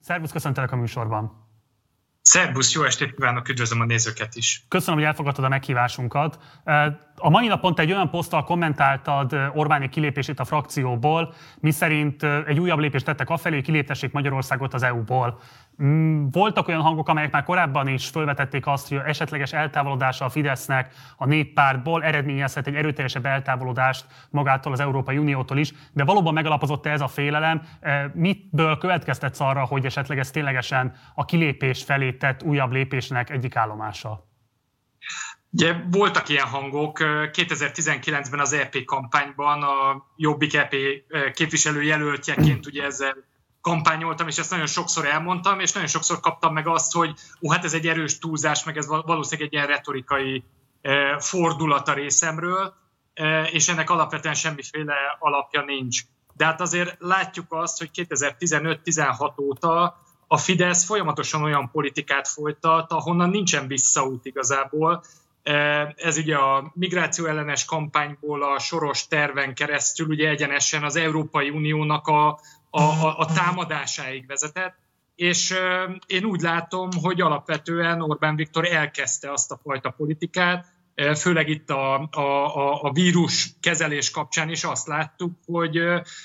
Szervusz, köszöntelek a műsorban. Szervusz, jó estét kívánok, üdvözlöm a nézőket is. Köszönöm, hogy elfogadtad a meghívásunkat. A mai napon te egy olyan poszttal kommentáltad Orbánék kilépését a frakcióból, miszerint egy újabb lépést tettek afelé, hogy kiléptessék Magyarországot az EU-ból. Voltak olyan hangok, amelyek már korábban is felvetették azt, hogy esetleges eltávolodása a Fidesznek a Néppártból eredményezhet egy erőteljesebb eltávolodást magától az Európai Uniótól is, de valóban megalapozott ez a félelem? Mitből következtetsz arra, hogy esetleg ez ténylegesen a kilépés felé tett újabb lépésnek egyik állomása? Ugye voltak ilyen hangok. 2019-ben az EP kampányban a Jobbik EP képviselőjelöltjeként ugye ezzel kampányoltam, és ezt nagyon sokszor elmondtam, és nagyon sokszor kaptam meg azt, hogy hát ez egy erős túlzás, meg ez valószínűleg egy ilyen retorikai fordulat a részemről, és ennek alapvetően semmiféle alapja nincs. De hát azért látjuk azt, hogy 2015-16 óta a Fidesz folyamatosan olyan politikát folytat, ahonnan nincsen visszaút igazából. Ez ugye a migráció ellenes kampányból a Soros terven keresztül ugye egyenesen az Európai Uniónak a támadásáig vezetett, és én úgy látom, hogy alapvetően Orbán Viktor elkezdte azt a fajta politikát, főleg itt a vírus kezelés kapcsán is azt láttuk, hogy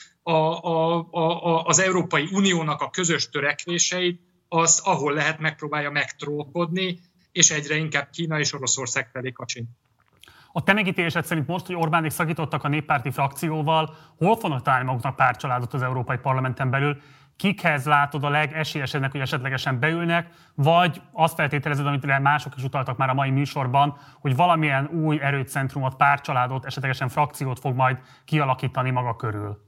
az Európai Uniónak a közös törekvéseit, az ahol lehet megpróbálja megtrollkodni, és egyre inkább Kína és Oroszország felé kacsint. A te megítélésed szerint most, hogy Orbánék szakítottak a néppárti frakcióval, hol fognak találni maguknak pártcsaládot az Európai Parlamenten belül? Kikhez látod a legesélyesebbnek, hogy esetlegesen beülnek, vagy azt feltételezed, amit mások is utaltak már a mai műsorban, hogy valamilyen új erőcentrumot, pártcsaládot, esetlegesen frakciót fog majd kialakítani maga körül?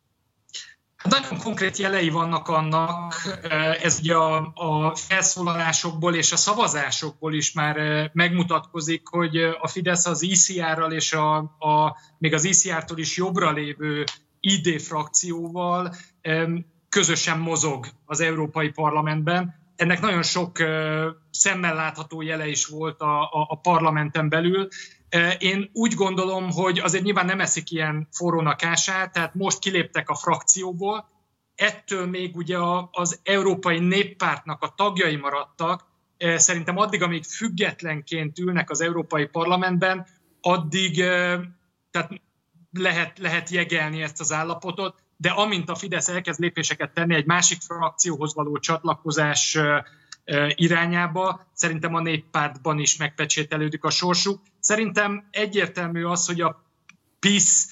Nagyon konkrét jelei vannak annak, ez ugye a felszólalásokból és a szavazásokból is már megmutatkozik, hogy a Fidesz az ICR-ral és még az ICR-tól is jobbra lévő ID frakcióval közösen mozog az Európai Parlamentben. Ennek nagyon sok szemmel látható jele is volt a parlamenten belül. Én úgy gondolom, hogy azért nyilván nem eszik ilyen forrónak ását, tehát most kiléptek a frakcióból, ettől még ugye az Európai Néppártnak a tagjai maradtak, szerintem addig, amíg függetlenként ülnek az Európai Parlamentben, addig tehát lehet jegelni ezt az állapotot, de amint a Fidesz elkezd lépéseket tenni egy másik frakcióhoz való csatlakozás irányába, szerintem a Néppártban is megpecsételődik a sorsuk. Szerintem egyértelmű az, hogy a PiS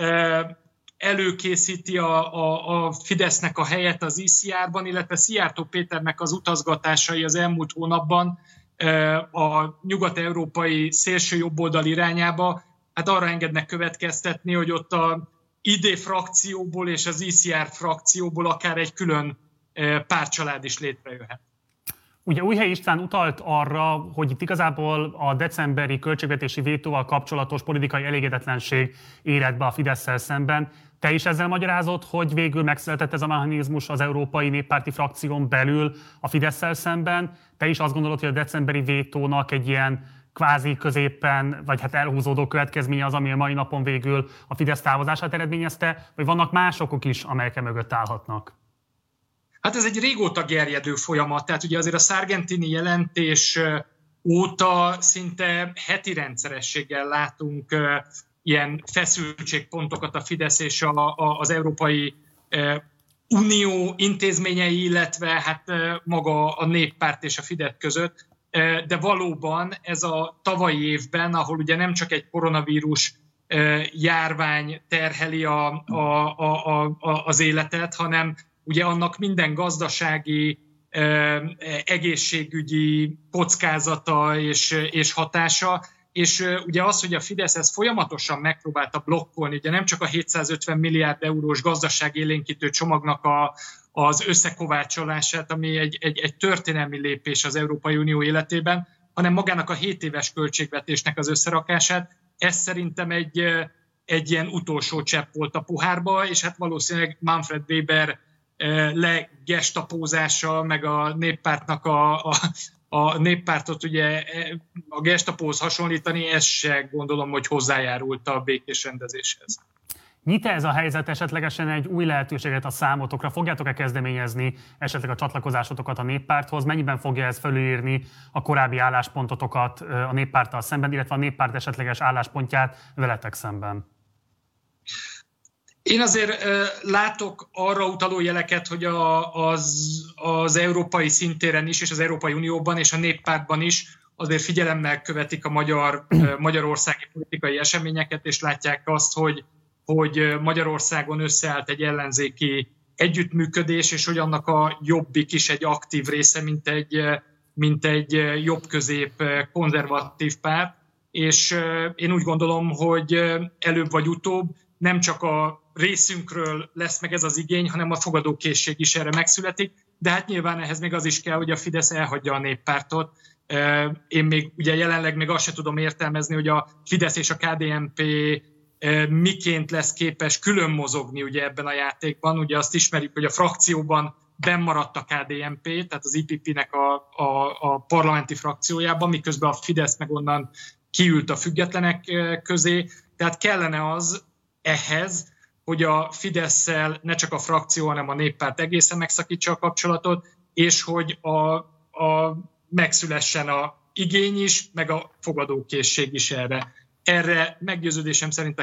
előkészíti a Fidesznek a helyet az ICR-ban, illetve Szijjártó Péternek az utazgatásai az elmúlt hónapban a nyugat-európai szélső jobboldal irányába, hát arra engednek következtetni, hogy ott a ID frakcióból és az ICR frakcióból akár egy külön pártcsalád is létrejöhet. Ugye Újhelyi István utalt arra, hogy itt igazából a decemberi költségvetési vétóval kapcsolatos politikai elégedetlenség érett be a Fidesszel szemben. Te is ezzel magyarázod, hogy végül megszületett ez a mechanizmus az Európai Néppárti frakción belül a Fidesszel szemben? Te is azt gondolod, hogy a decemberi vétónak egy ilyen kvázi középen, vagy hát elhúzódó következménye az, ami a mai napon végül a Fidesz távozását eredményezte, vagy vannak más okok is, amelyek mögött állhatnak? Hát ez egy régóta gerjedő folyamat, tehát ugye azért a Sargentini jelentés óta szinte heti rendszerességgel látunk ilyen feszültségpontokat a Fidesz és az Európai Unió intézményei, illetve hát maga a Néppárt és a Fidesz között. De valóban ez a tavalyi évben, ahol ugye nem csak egy koronavírus járvány terheli az életet, hanem ugye annak minden gazdasági, egészségügyi kockázata és hatása, és ugye az, hogy a Fidesz ezt folyamatosan megpróbálta blokkolni, ugye nem csak a 750 milliárd eurós gazdaságélénkítő csomagnak az összekovácsolását, ami egy történelmi lépés az Európai Unió életében, hanem magának a 7 éves költségvetésnek az összerakását. Ez szerintem egy ilyen utolsó csepp volt a pohárba, és hát valószínűleg Manfred Weber legestapózása, meg a Néppártnak a Néppártot ugye a gestapóhoz hasonlítani, ez se gondolom, hogy hozzájárult a békés rendezéshez. Nyit-e ez a helyzet esetlegesen egy új lehetőséget a számotokra? Fogjátok-e kezdeményezni esetleg a csatlakozásotokat a Néppárthoz? Mennyiben fogja ez felülírni a korábbi álláspontotokat a Néppárttal szemben, illetve a Néppárt esetleges álláspontját veletek szemben? Én azért látok arra utaló jeleket, hogy az európai szintéren is, és az Európai Unióban és a Néppártban is azért figyelemmel követik a magyarországi politikai eseményeket, és látják azt, hogy Magyarországon összeállt egy ellenzéki együttműködés, és hogy annak a Jobbik is egy aktív része, mint egy jobb-közép konzervatív párt. És én úgy gondolom, hogy előbb vagy utóbb nem csak a részünkről lesz meg ez az igény, hanem a fogadókészség is erre megszületik, de hát nyilván ehhez még az is kell, hogy a Fidesz elhagyja a Néppártot. Én még ugye jelenleg még azt sem tudom értelmezni, hogy a Fidesz és a KDNP miként lesz képes külön mozogni ugye ebben a játékban. Ugye azt ismerjük, hogy a frakcióban bennmaradt a KDNP, tehát az IPP-nek a parlamenti frakciójában, miközben a Fidesz meg onnan kiült a függetlenek közé. Tehát kellene az ehhez, hogy a Fidesszel ne csak a frakció, hanem a Néppárt egészen megszakítsa a kapcsolatot, és hogy megszülessen a igény is, meg a fogadókészség is erre. Erre meggyőződésem szerint a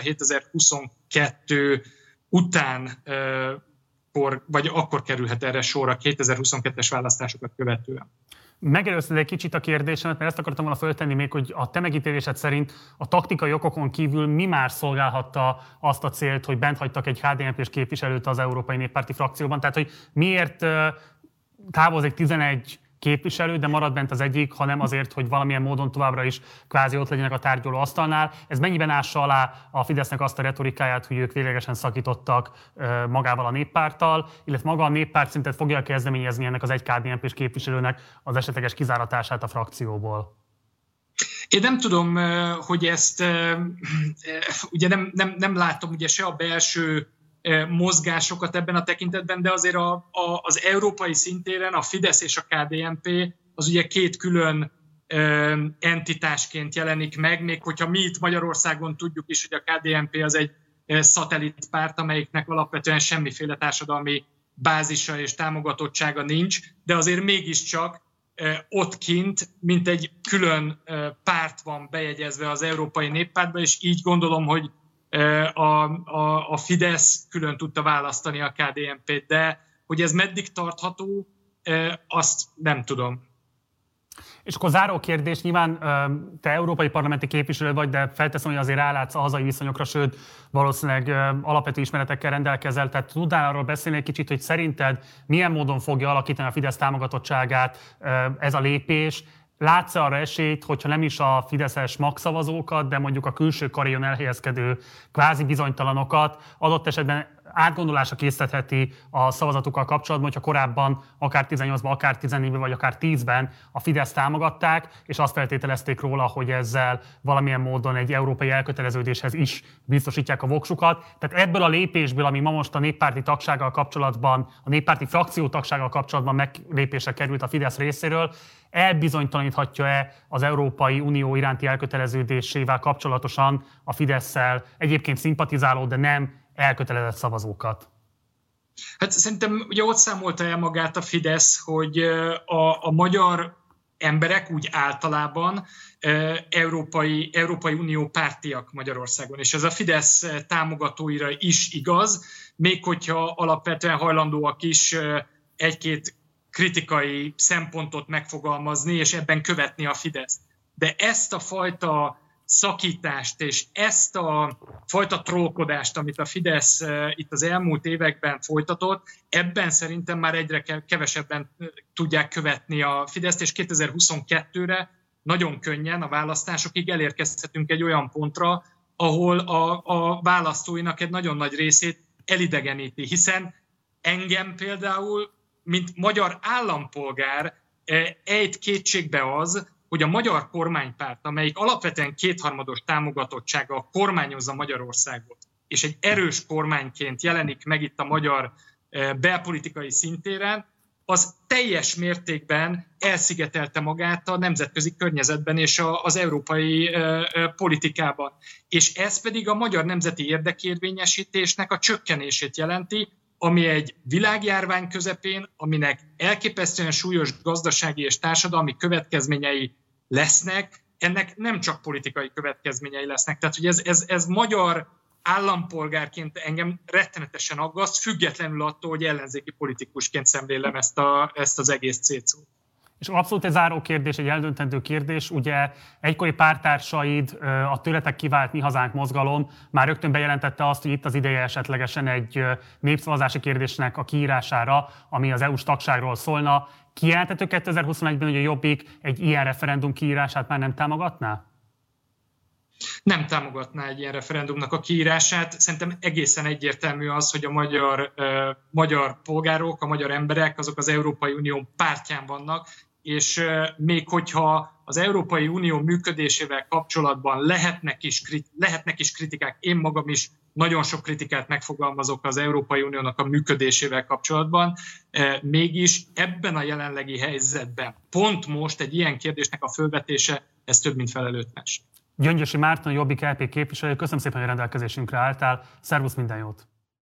2022 után, vagy akkor kerülhet erre sor a 2022-es választásokat követően. Megelőzted egy kicsit a kérdésemet, mert ezt akartam volna föltenni még, hogy a te megítélésed szerint a taktikai okokon kívül mi már szolgálhatta azt a célt, hogy bent hagytak egy HDNP-s képviselőt az Európai Néppárti frakcióban? Tehát, hogy miért távozik 11 képviselő, de marad bent az egyik, hanem azért, hogy valamilyen módon továbbra is kvázi ott legyenek a tárgyaló asztalnál. Ez mennyiben ássa alá a Fidesznek azt a retorikáját, hogy ők véglegesen szakítottak magával a Néppárttal, illetve maga a Néppárt szintet fogja kezdeményezni ennek az egy KDNP-s képviselőnek az esetleges kizáratását a frakcióból? Én nem tudom, hogy ezt ugye nem látom ugye se a belső mozgásokat ebben a tekintetben, de azért az európai szintéren a Fidesz és a KDNP az ugye két külön entitásként jelenik meg, még hogyha mi itt Magyarországon tudjuk is, hogy a KDNP az egy szatellitpárt, amelyiknek alapvetően semmiféle társadalmi bázisa és támogatottsága nincs, de azért mégiscsak ott kint, mint egy külön párt van bejegyezve az Európai Néppártba, és így gondolom, hogy a Fidesz külön tudta választani a KDNP-t, de hogy ez meddig tartható, azt nem tudom. És akkor záró kérdés, nyilván te európai parlamenti képviselő vagy, de felteszem, hogy azért rálátsz a hazai viszonyokra, sőt, valószínűleg alapvető ismeretekkel rendelkezel, tehát tudnál arról beszélni egy kicsit, hogy szerinted milyen módon fogja alakítani a Fidesz támogatottságát ez a lépés? Látsz arra esélyt, hogyha nem is a fideszes magszavazókat, de mondjuk a külső karéjon elhelyezkedő kvázi bizonytalanokat adott esetben átgondolásra késztetheti a szavazatukkal kapcsolatban, hogyha korábban akár 18-ban, akár 14-ben, vagy akár 10-ben a Fideszt támogatták, és azt feltételezték róla, hogy ezzel valamilyen módon egy európai elköteleződéshez is biztosítják a voksukat. Tehát ebből a lépésből, ami ma most a néppárti tagsággal kapcsolatban, a néppárti frakció tagsággal kapcsolatban meglépésre került a Fidesz részéről, elbizonytalaníthatja-e az Európai Unió iránti elköteleződésével kapcsolatosan a Fidesszel egyébként szimpatizáló, de nem elkötelezett szavazókat? Hát szerintem ugye ott számolta el magát a Fidesz, hogy a magyar emberek úgy általában Európai Unió pártiak Magyarországon, és ez a Fidesz támogatóira is igaz, még hogyha alapvetően hajlandóak is egy-két kritikai szempontot megfogalmazni, és ebben követni a Fideszt. De ezt a fajta szakítást és ezt a fajta trollkodást, amit a Fidesz itt az elmúlt években folytatott, ebben szerintem már egyre kevesebben tudják követni a Fideszt, és 2022-re nagyon könnyen a választásokig elérkezhetünk egy olyan pontra, ahol a választóinak egy nagyon nagy részét elidegeníti, hiszen engem például, mint magyar állampolgár ejt kétségbe az, hogy a magyar kormánypárt, amelyik alapvetően kétharmados támogatottsággal kormányozza Magyarországot, és egy erős kormányként jelenik meg itt a magyar belpolitikai szintéren, az teljes mértékben elszigetelte magát a nemzetközi környezetben és az európai politikában. És ez pedig a magyar nemzeti érdekérvényesítésnek a csökkenését jelenti, ami egy világjárvány közepén, aminek elképesztően súlyos gazdasági és társadalmi következményei lesznek, ennek nem csak politikai következményei lesznek. Tehát, hogy ez magyar állampolgárként engem rettenetesen aggaszt, függetlenül attól, hogy ellenzéki politikusként szemlélem ezt az egész cécót. És abszolút egy záró kérdés, egy eldöntendő kérdés. Ugye egykori párttársaid, a tőletek kivált Mi Hazánk mozgalom már rögtön bejelentette azt, hogy itt az ideje esetlegesen egy népszavazási kérdésnek a kiírására, ami az EU-s tagságról szólna. Kijelentető 2021-ben, hogy a Jobbik egy ilyen referendum kiírását már nem támogatná? Nem támogatná egy ilyen referendumnak a kiírását. Szerintem egészen egyértelmű az, hogy a magyar polgárok, a magyar emberek, azok az Európai Unió pártján vannak, és még hogyha az Európai Unió működésével kapcsolatban lehetnek is kritikák, én magam is nagyon sok kritikát megfogalmazok az Európai Uniónak a működésével kapcsolatban, mégis ebben a jelenlegi helyzetben pont most egy ilyen kérdésnek a fölvetése, ez több mint felelőtlenség. Gyöngyösi Márton, Jobbik LP képviselő, köszönöm szépen, hogy rendelkezésünkre álltál. Szervusz, minden jót!